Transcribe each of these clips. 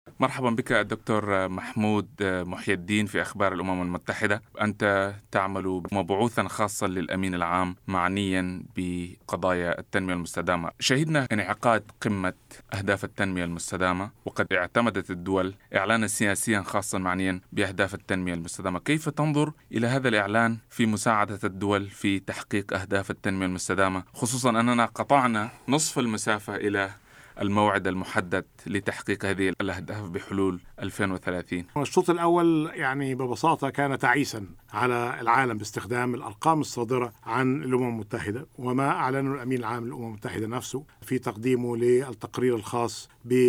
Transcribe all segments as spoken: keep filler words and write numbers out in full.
مرحبا بك الدكتور محمود محي الدين في أخبار الأمم المتحدة. أنت تعمل مبعوثا خاصا للأمين العام معنيا بقضايا التنمية المستدامة. شهدنا انعقاد قمة أهداف التنمية المستدامة، وقد اعتمدت الدول إعلانا سياسيا خاصا معنيا بأهداف التنمية المستدامة. كيف تنظر إلى هذا الإعلان في مساعدة الدول في تحقيق أهداف التنمية المستدامة، خصوصا أننا قطعنا نصف المسافة إلى الموعد المحدد لتحقيق هذه الأهداف بحلول ألفين وثلاثين؟ الشوط الأول يعني ببساطة كان تعيسا على العالم باستخدام الأرقام الصادرة عن الأمم المتحدة وما أعلنه الأمين العام للأمم المتحدة نفسه في تقديمه للتقرير الخاص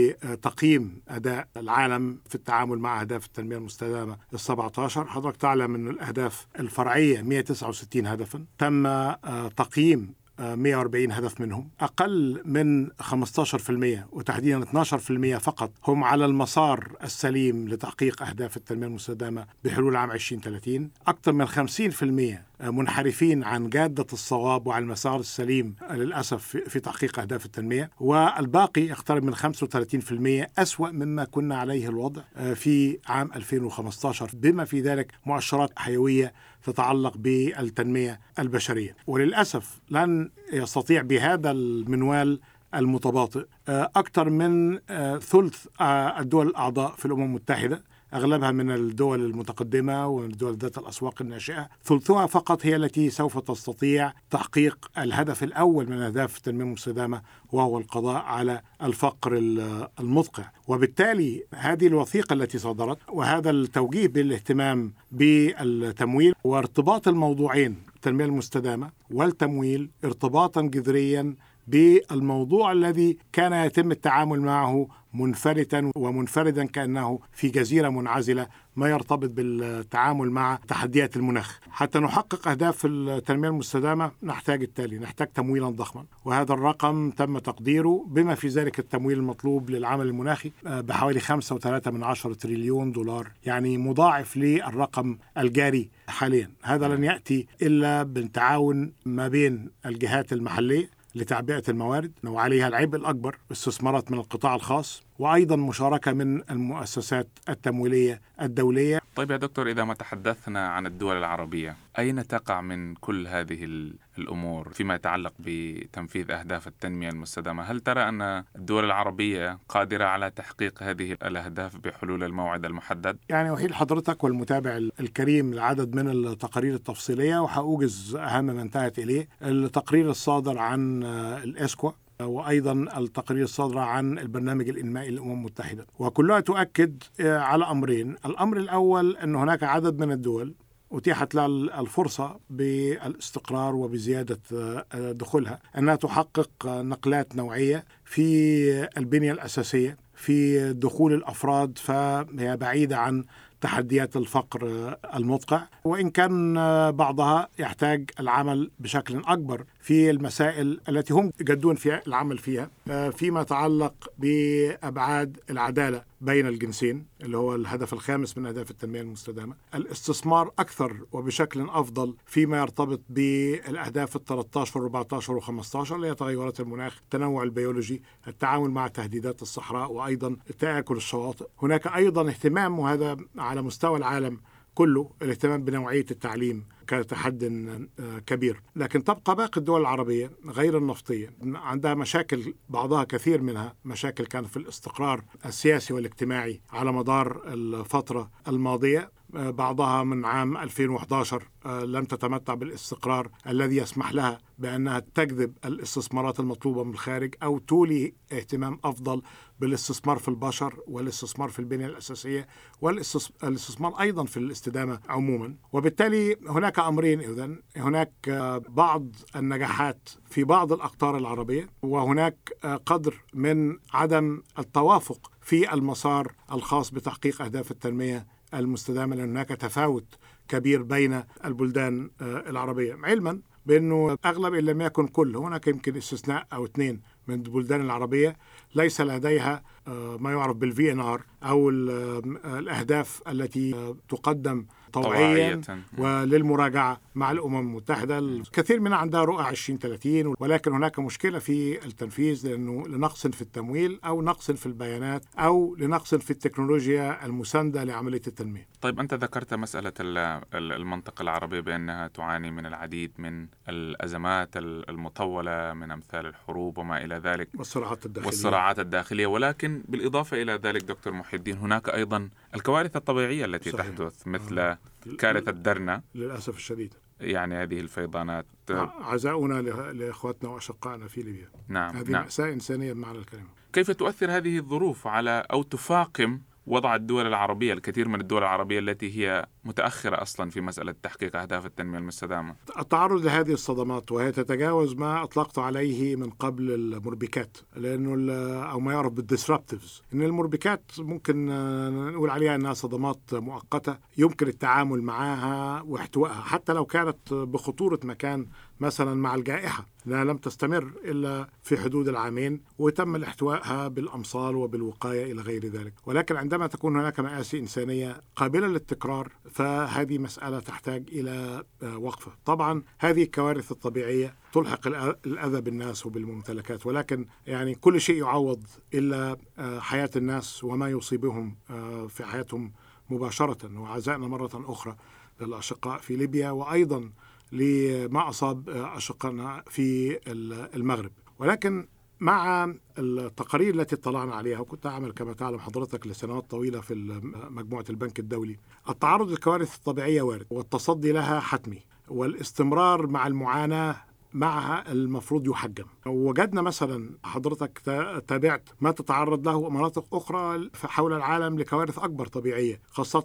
بتقييم أداء العالم في التعامل مع أهداف التنمية المستدامة السبعة عشر. حضرتك تعلم أن الأهداف الفرعية مئة وتسعة وستين هدفا، تم تقييم مئة وأربعين هدف منهم، أقل من خمسة عشر بالمئة وتحديدا اثني عشر بالمئة فقط هم على المسار السليم لتحقيق أهداف التنمية المستدامة بحلول عام عشرين ثلاثين. أكثر من خمسين بالمئة منحرفين عن جادة الصواب وعن المسار السليم للأسف في تحقيق أهداف التنمية، والباقي يقترب من خمسة وثلاثين بالمئة أسوأ مما كنا عليه الوضع في عام ألفين وخمسة عشر، بما في ذلك مؤشرات حيوية تتعلق بالتنمية البشرية. وللأسف لن يستطيع بهذا المنوال المتباطئ أكثر من ثلث الدول الأعضاء في الأمم المتحدة، أغلبها من الدول المتقدمة والدول ذات الأسواق الناشئة، ثلثها فقط هي التي سوف تستطيع تحقيق الهدف الأول من أهداف التنمية المستدامة، وهو القضاء على الفقر المدقع. وبالتالي هذه الوثيقة التي صدرت وهذا التوجيه بالاهتمام بالتمويل وارتباط الموضوعين التنمية المستدامة والتمويل ارتباطا جذريا بالموضوع الذي كان يتم التعامل معه منفردا ومنفردا كأنه في جزيرة منعزلة، ما يرتبط بالتعامل مع تحديات المناخ. حتى نحقق أهداف التنمية المستدامة نحتاج التالي: نحتاج تمويلا ضخما، وهذا الرقم تم تقديره بما في ذلك التمويل المطلوب للعمل المناخي بحوالي خمسة وثلاثة من عشرة تريليون دولار، يعني مضاعف للرقم الجاري حاليا. هذا لن يأتي إلا بالتعاون ما بين الجهات المحلية لتعبئة الموارد وعليها العبء الأكبر، استثمارات من القطاع الخاص، وأيضا مشاركة من المؤسسات التمويلية الدولية. طيب يا دكتور، إذا ما تحدثنا عن الدول العربية، أين تقع من كل هذه الأمور فيما يتعلق بتنفيذ أهداف التنمية المستدامة؟ هل ترى أن الدول العربية قادرة على تحقيق هذه الأهداف بحلول الموعد المحدد؟ يعني أحيل حضرتك والمتابع الكريم العدد من التقارير التفصيلية، وحأوجز أهم ما انتهت إليه: التقرير الصادر عن الإسكوا، وأيضا التقرير الصادرة عن البرنامج الإنمائي للأمم المتحدة، وكلها تؤكد على أمرين. الأمر الأول أن هناك عدد من الدول أتيحت لها الفرصة بالاستقرار وبزيادة دخولها أنها تحقق نقلات نوعية في البنية الأساسية، في دخول الأفراد، فهي بعيدة عن تحديات الفقر المدقع، وإن كان بعضها يحتاج العمل بشكل أكبر في المسائل التي هم جدون في العمل فيها، فيما يتعلق بأبعاد العدالة بين الجنسين اللي هو الهدف الخامس من أهداف التنمية المستدامة، الاستثمار أكثر وبشكل أفضل فيما يرتبط بالأهداف الثلاثة عشر والأربعة عشر والخمسة عشر اللي هي تغيرات المناخ، التنوع البيولوجي، التعامل مع تهديدات الصحراء، وأيضا تآكل الشواطئ. هناك أيضا اهتمام، وهذا على مستوى العالم كله، الاهتمام بنوعية التعليم كتحد كبير. لكن تبقى باقي الدول العربية غير النفطية عندها مشاكل، بعضها كثير منها مشاكل كانت في الاستقرار السياسي والاجتماعي على مدار الفترة الماضية، بعضها من عام ألفين وأحد عشر لم تتمتع بالاستقرار الذي يسمح لها بأنها تجذب الاستثمارات المطلوبة من الخارج أو تولي اهتمام أفضل بالاستثمار في البشر والاستثمار في البنية الأساسية والاستثمار أيضا في الاستدامة عموما. وبالتالي هناك أمرين: إذن هناك بعض النجاحات في بعض الأقطار العربية، وهناك قدر من عدم التوافق في المسار الخاص بتحقيق أهداف التنمية المستدامة، لأن هناك تفاوت كبير بين البلدان العربية، علما بأنه أغلب إن لم يكن كل، هناك يمكن استثناء أو اثنين من البلدان العربية ليس لديها ما يعرف بالفي ان ار أو الأهداف التي تقدم طوعيا وللمراجعة مع الأمم المتحدة. الكثير منها عندها رؤى عشرين ثلاثين، ولكن هناك مشكلة في التنفيذ، لأنه لنقص في التمويل أو نقص في البيانات أو لنقص في التكنولوجيا المساندة لعملية التنمية. طيب، أنت ذكرت مسألة المنطقة العربية بأنها تعاني من العديد من الأزمات المطولة من أمثال الحروب وما إلى ذلك والصراعات الداخلية والصراعات الداخلية ولكن بالإضافة إلى ذلك دكتور محي الدين هناك أيضا الكوارث الطبيعية التي صحيح. تحدث مثل آه. كارثة درنا للأسف الشديد، يعني هذه الفيضانات. عزاؤنا لإخواتنا وأشقائنا في ليبيا. نعم. هذه نعم. مأساة إنسانية بمعنى الكلمة. كيف تؤثر هذه الظروف على أو تفاقم وضع الدول العربية، الكثير من الدول العربية التي هي متأخرة أصلا في مسألة تحقيق أهداف التنمية المستدامة؟ التعرض لهذه الصدمات وهي تتجاوز ما أطلقت عليه من قبل المربكات، لأنه أو ما يعرف بالديسرابتيفز، إن المربكات ممكن نقول عليها أنها صدمات مؤقتة يمكن التعامل معها واحتوائها، حتى لو كانت بخطورة مكان، مثلا مع الجائحة لأنها لم تستمر إلا في حدود العامين وتم الاحتوائها بالأمصال وبالوقاية إلى غير ذلك. ولكن عندما تكون هناك مآسي إنسانية قابلة للتكرار فهذه مسألة تحتاج إلى وقفة. طبعا هذه الكوارث الطبيعية تلحق الأذى بالناس وبالممتلكات، ولكن يعني كل شيء يعوض إلا حياة الناس وما يصيبهم في حياتهم مباشرة. وعزائنا مرة أخرى للأشقاء في ليبيا وأيضا لما أصاب أشقائنا في المغرب. ولكن مع التقارير التي اطلعنا عليها، وكنت أعمل كما تعلم حضرتك لسنوات طويلة في مجموعة البنك الدولي، التعرض للكوارث الطبيعية وارد والتصدي لها حتمي، والاستمرار مع المعاناة معها المفروض يحجم. وجدنا مثلا حضرتك تابعت ما تتعرض له مناطق أخرى حول العالم لكوارث أكبر طبيعية، خاصة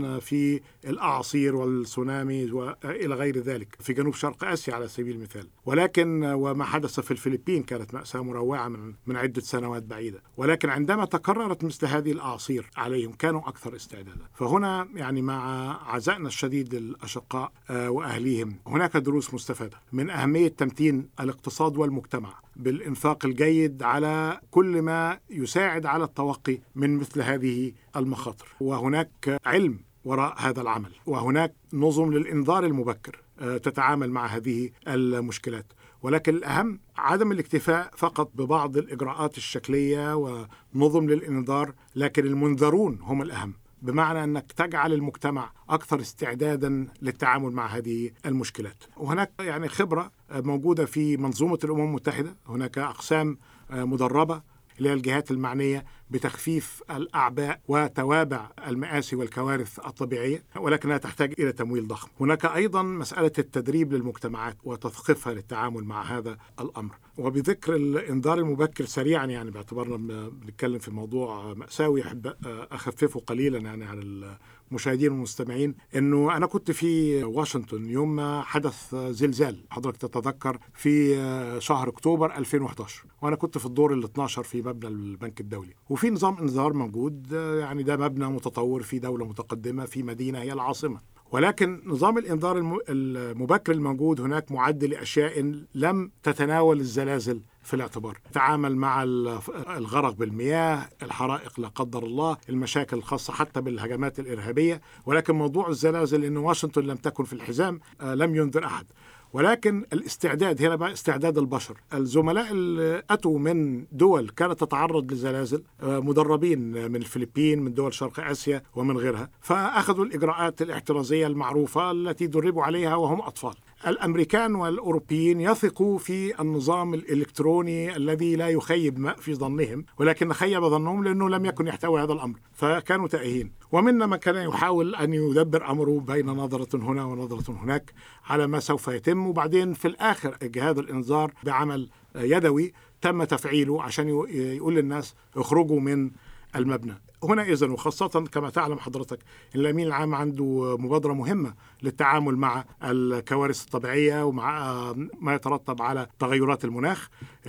في الأعاصير والسونامي وإلى غير ذلك في جنوب شرق آسيا على سبيل المثال. ولكن وما حدث في الفلبين كانت مأساة مروعة من من عدة سنوات بعيدة. ولكن عندما تكررت مثل هذه الأعاصير عليهم كانوا أكثر استعدادا. فهنا يعني مع عزائنا الشديد للأشقاء وأهليهم هناك دروس مستفادة من أهمية تمتين الاقتصاد والمجتمع بالإنفاق الجيد على كل ما يساعد على التوقي من مثل هذه المخاطر. وهناك علم وراء هذا العمل، وهناك نظم للإنذار المبكر تتعامل مع هذه المشكلات. ولكن الأهم عدم الاكتفاء فقط ببعض الإجراءات الشكلية ونظم للإنذار، لكن المنذرون هم الأهم، بمعنى أنك تجعل المجتمع أكثر استعدادا للتعامل مع هذه المشكلات. وهناك يعني خبرة موجودة في منظومة الأمم المتحدة، هناك أقسام مدربة للجهات المعنية بتخفيف الأعباء وتوابع المآسي والكوارث الطبيعية، ولكنها تحتاج إلى تمويل ضخم. هناك أيضا مسألة التدريب للمجتمعات وتثقيفها للتعامل مع هذا الأمر. وبذكر الإنذار المبكر سريعا، يعني باعتبارنا بنتكلم في موضوع مأساوي أحب أخففه قليلا يعني على المشاهدين والمستمعين، إنه أنا كنت في واشنطن يوم ما حدث زلزال، حضرتك تتذكر، في شهر أكتوبر ألفين وإحدى عشر، وأنا كنت في الدور ال اثني عشر في مبنى البنك الدولي، وفي نظام إنذار موجود. يعني ده مبنى متطور في دولة متقدمة في مدينة هي العاصمة. ولكن نظام الإنذار المبكر الموجود هناك معد لأشياء لم تتناول الزلازل في الاعتبار. تعامل مع الغرق بالمياه، الحرائق لا قدر الله، المشاكل الخاصة حتى بالهجمات الإرهابية. ولكن موضوع الزلازل إن واشنطن لم تكن في الحزام لم ينذر أحد. ولكن الاستعداد هنا بقى استعداد البشر. الزملاء اللي أتوا من دول كانت تتعرض للزلازل مدربين من الفلبين، من دول شرق آسيا ومن غيرها، فأخذوا الإجراءات الاحترازية المعروفة التي دربوا عليها وهم أطفال. الأمريكان والأوروبيين يثقوا في النظام الإلكتروني الذي لا يخيب ما في ظنهم، ولكن خيب ظنهم لأنه لم يكن يحتوي هذا الأمر، فكانوا تائهين. ومنا من كان يحاول أن يدبر أمره بين نظرة هنا ونظرة هناك على ما سوف يتم. وبعدين في الآخر جهاز الإنذار بعمل يدوي تم تفعيله عشان يقول للناس اخرجوا من المبنى. هنا إذن، وخاصة كما تعلم حضرتك الأمين العام عنده مبادرة مهمة للتعامل مع الكوارث الطبيعية ومع ما يترتب على تغيرات المناخ،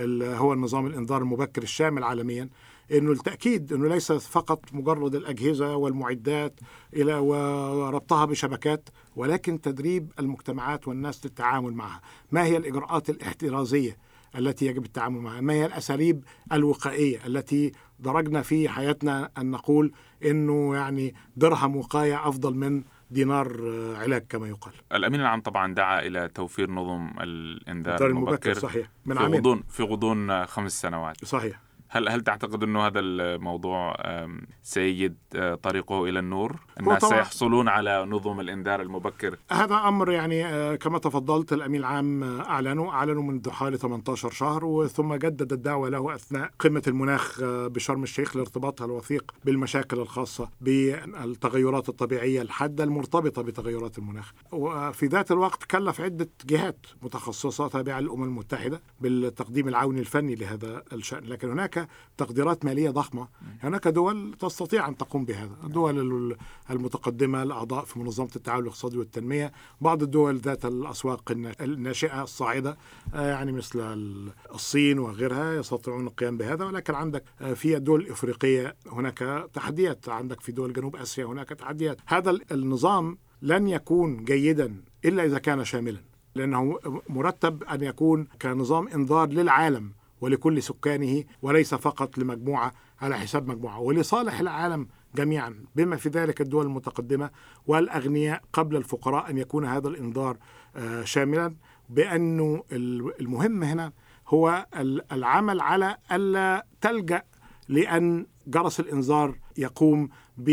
هو النظام الإنذار المبكر الشامل عالميا. إنه التأكيد إنه ليس فقط مجرد الأجهزة والمعدات إلى وربطها بشبكات، ولكن تدريب المجتمعات والناس للتعامل معها. ما هي الإجراءات الاحترازية التي يجب التعامل معها؟ ما هي الأساليب الوقائية التي درجنا في حياتنا أن نقول إنه يعني درهم وقاية أفضل من دينار علاج كما يقال. الأمين العام طبعا دعا إلى توفير نظم الإنذار المبكر صحيح. من في غضون في غضون خمس سنوات. صحيح. هل هل تعتقد أنه هذا الموضوع سيجد طريقه إلى النور؟ الناس سيحصلون على نظم الإنذار المبكر؟ هذا أمر يعني كما تفضلت الأمين العام أعلنوا أعلنوا منذ حوالي ثمانية عشر شهر، وثم جدد الدعوة له أثناء قمة المناخ بشرم الشيخ لارتباطها الوثيق بالمشاكل الخاصة بالتغيرات الطبيعية الحادة المرتبطة بتغيرات المناخ. وفي ذات الوقت كلف عدة جهات متخصصة تابعة للأمم المتحدة بالتقديم العوني الفني لهذا الشأن، لكن هناك تقديرات مالية ضخمة. هناك دول تستطيع أن تقوم بهذا، الدول المتقدمة الأعضاء في منظمة التعاون الاقتصادي والتنمية، بعض الدول ذات الأسواق الناشئة الصاعدة يعني مثل الصين وغيرها يستطيعون القيام بهذا، ولكن عندك في الدول الإفريقية هناك تحديات، عندك في دول جنوب آسيا هناك تحديات. هذا النظام لن يكون جيدا إلا إذا كان شاملا، لأنه مرتب أن يكون كنظام إنذار للعالم ولكل سكانه، وليس فقط لمجموعة على حساب مجموعة، ولصالح العالم جميعا بما في ذلك الدول المتقدمة والأغنياء قبل الفقراء، أن يكون هذا الإنذار شاملا، بأنه المهم هنا هو العمل على ألا تلجأ لأن جرس الإنذار يقوم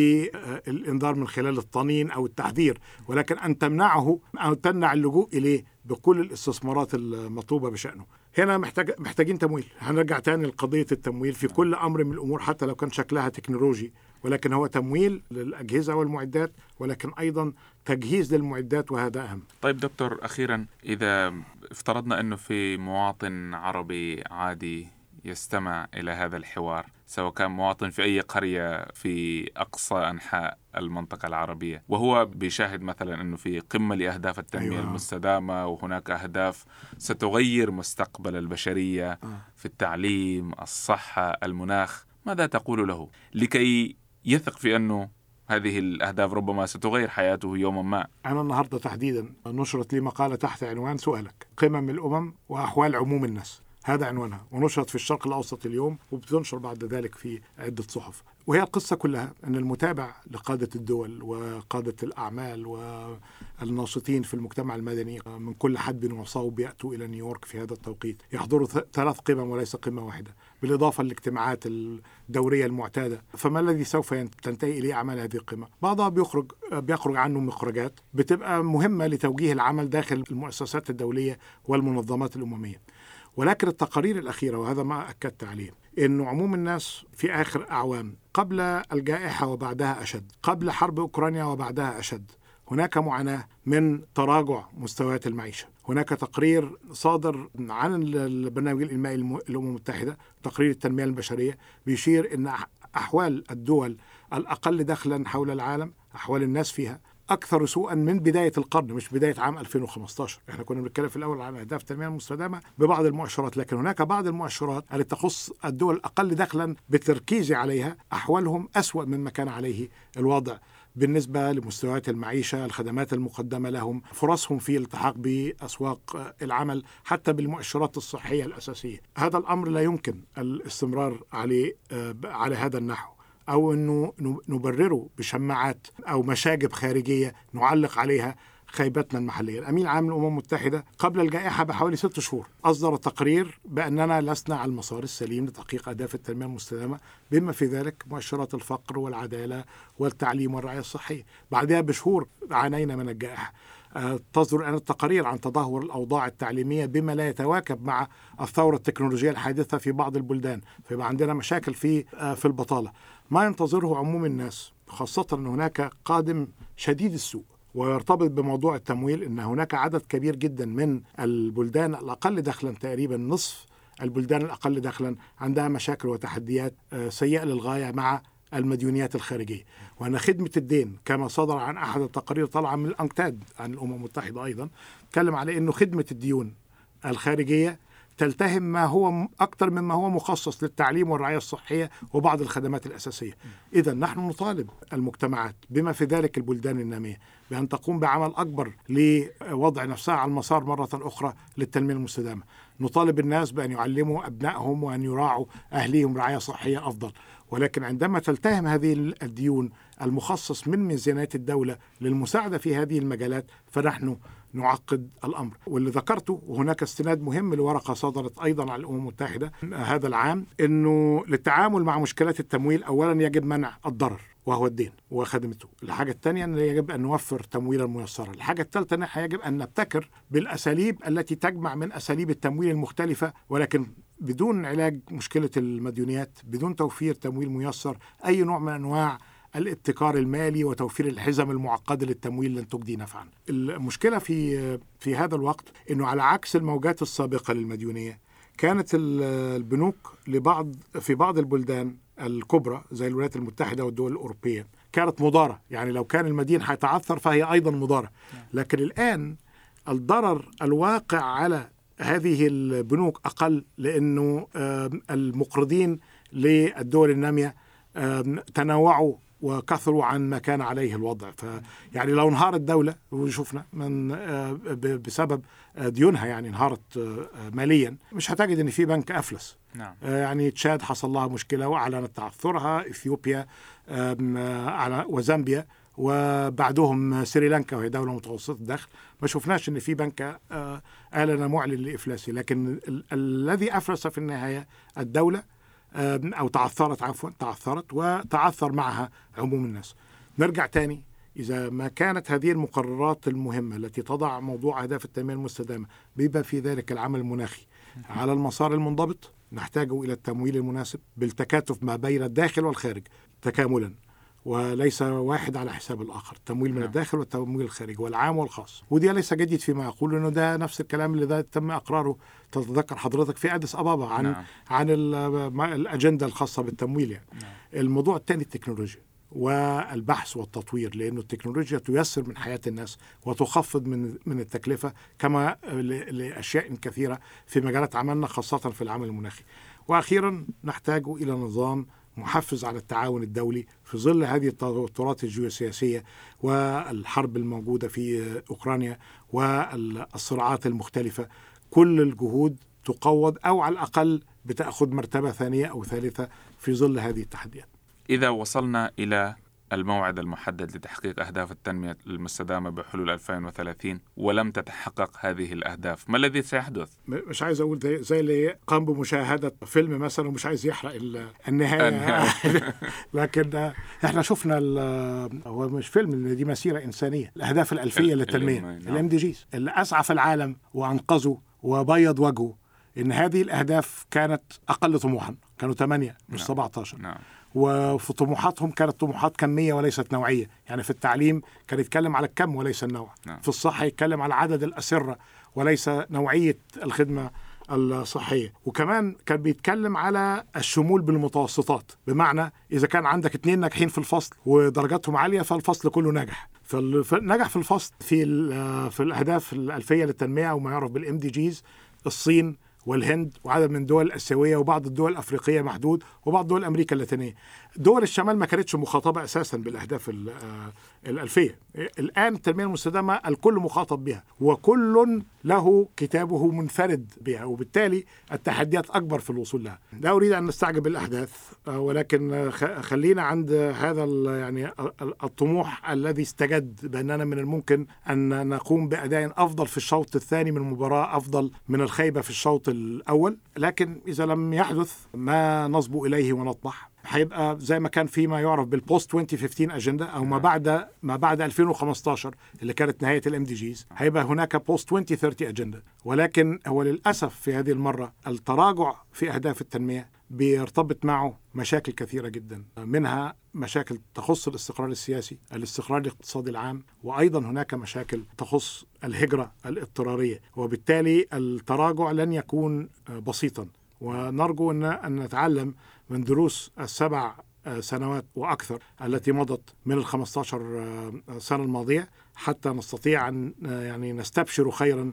بالإنذار من خلال الطنين أو التحذير، ولكن أن تمنعه أو تمنع اللجوء إليه بكل الاستثمارات المطلوبة بشأنه. هنا محتاج محتاجين تمويل. هنرجع تاني لقضية التمويل في كل أمر من الأمور، حتى لو كان شكلها تكنولوجي، ولكن هو تمويل للأجهزة والمعدات، ولكن أيضا تجهيز للمعدات، وهذا أهم. طيب دكتور، أخيرا إذا افترضنا أنه في مواطن عربي عادي يستمع إلى هذا الحوار، سواء كان مواطن في أي قرية في أقصى أنحاء المنطقة العربية، وهو بيشاهد مثلا أنه في قمة لأهداف التنمية أيوة. المستدامة، وهناك أهداف ستغير مستقبل البشرية في التعليم، الصحة، المناخ، ماذا تقول له لكي يثق في أنه هذه الأهداف ربما ستغير حياته يوما ما؟ أنا النهاردة تحديدا نشرت لي مقالة تحت عنوان سؤالك: قمم الأمم وأحوال عموم الناس، هذا عنوانها، ونشرت في الشرق الأوسط اليوم، وبتنشر بعد ذلك في عدة صحف. وهي القصة كلها أن المتابع لقادة الدول وقادة الأعمال والناشطين في المجتمع المدني من كل حد وصوب بيأتوا إلى نيويورك في هذا التوقيت، يحضروا ثلاث قمم وليس قمة واحدة، بالإضافة للاجتماعات الدورية المعتادة. فما الذي سوف تنتهي إليه أعمال هذه القمة؟ بعضها بيخرج بيخرج عنه مخرجات بتبقى مهمة لتوجيه العمل داخل المؤسسات الدولية والمنظمات الأممية، ولكن التقارير الأخيرة، وهذا ما أكدت عليه، إنه عموم الناس في آخر أعوام قبل الجائحة وبعدها أشد، قبل حرب أوكرانيا وبعدها أشد، هناك معاناة من تراجع مستويات المعيشة. هناك تقرير صادر عن البرنامج الإنمائي الأمم المتحدة، تقرير التنمية البشرية، بيشير إن أحوال الدول الأقل دخلا حول العالم، أحوال الناس فيها أكثر سوءا من بداية القرن، مش بداية عام ألفين وخمسة عشر. احنا كنا بنتكلم في الأول عن أهداف التنمية المستدامة ببعض المؤشرات، لكن هناك بعض المؤشرات التي تخص الدول الأقل دخلا بالتركيز عليها أحوالهم أسوأ مما كان عليه الوضع بالنسبة لمستويات المعيشة، الخدمات المقدمة لهم، فرصهم في الالتحاق بأسواق العمل، حتى بالمؤشرات الصحية الأساسية. هذا الأمر لا يمكن الاستمرار عليه على هذا النحو، أو أنه نبرره بشماعات أو مشاجب خارجية نعلق عليها خيبتنا المحلية. الأمين العام للأمم المتحدة قبل الجائحة بحوالي ست شهور أصدر تقرير بأننا لسنا على المسار السليم لتحقيق أهداف التنمية المستدامة، بما في ذلك مؤشرات الفقر والعدالة والتعليم والرعاية الصحية. بعدها بشهور عانينا من الجائحة. تصدر الآن التقارير عن تدهور الأوضاع التعليمية بما لا يتواكب مع الثورة التكنولوجية الحادثة في بعض البلدان، فيبقى عندنا مشاكل في في البطالة. ما ينتظره عموم الناس، خاصة أن هناك قادم شديد السوء، ويرتبط بموضوع التمويل، أن هناك عدد كبير جدا من البلدان الأقل دخلا، تقريبا نصف البلدان الأقل دخلا عندها مشاكل وتحديات سيئة للغاية مع المديونيات الخارجية. وأن خدمة الدين كما صدر عن أحد التقارير طالعة من الأنكتاد عن الأمم المتحدة أيضا، تكلم على أنه خدمة الديون الخارجية تلتهم ما هو أكثر مما هو مخصص للتعليم والرعاية الصحية وبعض الخدمات الأساسية. إذن نحن نطالب المجتمعات بما في ذلك البلدان النامية بأن تقوم بعمل أكبر لوضع نفسها على المسار مرة أخرى للتنمية المستدامة. نطالب الناس بأن يعلموا أبنائهم وأن يراعوا أهليهم رعاية صحية أفضل، ولكن عندما تلتهم هذه الديون المخصص من ميزانيات الدولة للمساعدة في هذه المجالات فنحن نعقد الأمر. واللي ذكرته، وهناك استناد مهم لورقة صدرت أيضا على الأمم المتحدة هذا العام، أنه للتعامل مع مشكلات التمويل أولا يجب منع الضرر وهو الدين وخدمته. الحاجة الثانية أن يجب أن نوفر تمويلا ميسرا. الحاجة الثالثة أن يجب أن نبتكر بالأساليب التي تجمع من أساليب التمويل المختلفة، ولكن بدون علاج مشكلة المديونيات، بدون توفير تمويل ميسر، أي نوع من أنواع الابتكار المالي وتوفير الحزم المعقدة للتمويل لن تجدي نفعا. المشكلة في في هذا الوقت أنه على عكس الموجات السابقة للمديونية، كانت البنوك لبعض في بعض البلدان الكبرى زي الولايات المتحدة والدول الأوروبية كانت مضارة، يعني لو كان المدين هيتعثر فهي أيضا مضارة. لكن الآن الضرر الواقع على هذه البنوك أقل، لأنه المقرضين للدول النامية تنوعوا وكثروا عن ما كان عليه الوضع. فيعني لو انهارت الدولة وشوفنا من بسبب ديونها، يعني انهارت ماليا، مش هتجد ان في بنك افلس. نعم. يعني تشاد حصل لها مشكلة واعلنت تعثرها، اثيوبيا وزامبيا وبعدهم سريلانكا وهي دولة متوسطة الدخل، ما شفناش ان في بنك اعلن معلن لافلاسه. لكن الذي افلس في النهاية الدولة، أو تعثرت عفوا تعثرت وتعثر معها عموم الناس. نرجع تاني، إذا ما كانت هذه المقررات المهمة التي تضع موضوع أهداف التنمية المستدامة بما في ذلك العمل المناخي على المسار المنضبط، نحتاج إلى التمويل المناسب بالتكاتف ما بين الداخل والخارج تكاملا، وليس واحد على حساب الآخر. تمويل من الداخل والتمويل الخارجي والعام والخاص. ودي ليس جديد فيما أقول، إنه ده نفس الكلام اللي ده تم إقراره، تتذكر حضرتك، في أديس أبابا عن نعم. عن الأجندة الخاصة بالتمويل. يعني نعم. الموضوع الثاني التكنولوجيا والبحث والتطوير، لأنه التكنولوجيا تيسر من حياة الناس وتخفض من من التكلفة، كما لأشياء كثيرة في مجالات عملنا خاصة في العمل المناخي. وأخيرا نحتاج إلى نظام محفز على التعاون الدولي في ظل هذه التوترات الجيوسياسية والحرب الموجودة في أوكرانيا والصراعات المختلفة. كل الجهود تقوض أو على الأقل بتأخذ مرتبة ثانية أو ثالثة في ظل هذه التحديات. إذا وصلنا إلى الموعد المحدد لتحقيق أهداف التنمية المستدامة بحلول ألفين وثلاثين ولم تتحقق هذه الأهداف، ما الذي سيحدث؟ مش عايز أقول زي اللي قام بمشاهدة فيلم مثلا ومش عايز يحرق النهاية لكن احنا شفنا هو مش فيلم، دي مسيرة إنسانية، الأهداف الألفية للتنمية، الام دي جيز اللي أسعف العالم وأنقذه وبيض وجهه، إن هذه الأهداف كانت أقل طموحا، كانوا ثمانية مش سبعة عشر. نعم. وفي طموحاتهم كانت طموحات كمية وليست نوعية. يعني في التعليم كان يتكلم على الكم وليس النوع. نعم. في الصحة يتكلم على عدد الأسرة وليس نوعية الخدمة الصحية. وكمان كان بيتكلم على الشمول بالمتوسطات، بمعنى إذا كان عندك اتنين ناجحين في الفصل ودرجاتهم عالية فالفصل كله ناجح. فنجح في الفصل في في الأهداف الألفية للتنمية أو ما يعرف بالام دي جيز الصين والهند وعدد من الدول الآسيوية وبعض الدول الأفريقية محدود وبعض دول أمريكا اللاتينية. دول الشمال ما كانتش مخاطبة أساسا بالأهداف الألفية. الآن التنمية المستدامة الكل مخاطب بها وكل له كتابه منفرد بها، وبالتالي التحديات أكبر في الوصول لها. لا أريد أن نستعجب الأحداث، ولكن خلينا عند هذا يعني الطموح الذي استجد بأننا من الممكن أن نقوم بأداء أفضل في الشوط الثاني من المباراة، أفضل من الخيبة في الشوط الأول. لكن إذا لم يحدث ما نصبو إليه ونطمح، هيبقى زي ما كان فيما يعرف بالبوست ألفين وخمستاشر أجندة، أو ما بعد ما بعد ألفين وخمستاشر اللي كانت نهاية الام دي جيز، هيبقى هناك بوست ألفين وثلاثين أجندة. ولكن هو للأسف في هذه المرة التراجع في أهداف التنمية بيرتبط معه مشاكل كثيرة جدا، منها مشاكل تخص الاستقرار السياسي، الاستقرار الاقتصادي العام، وأيضا هناك مشاكل تخص الهجرة الاضطرارية. وبالتالي التراجع لن يكون بسيطا، ونرجو أن نتعلم من دروس السبع سنوات وأكثر التي مضت من الخمسة عشر سنة الماضية حتى نستطيع أن يعني نستبشر خيرا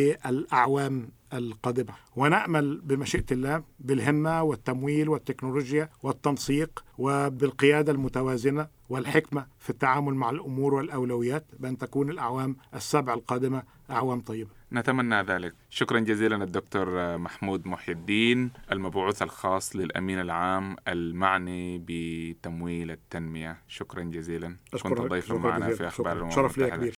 بالأعوام القادمة. ونأمل بمشيئة الله بالهمة والتمويل والتكنولوجيا والتنسيق وبالقيادة المتوازنة والحكمة في التعامل مع الأمور والأولويات بأن تكون الأعوام السبع القادمة أعوام طيبة. نتمنى ذلك. شكرا جزيلا الدكتور محمود محي الدين، المبعوث الخاص للأمين العام المعني بتمويل التنمية. شكرا جزيلا، كنت ضيفا معنا في أخبار الأمم المتحدة.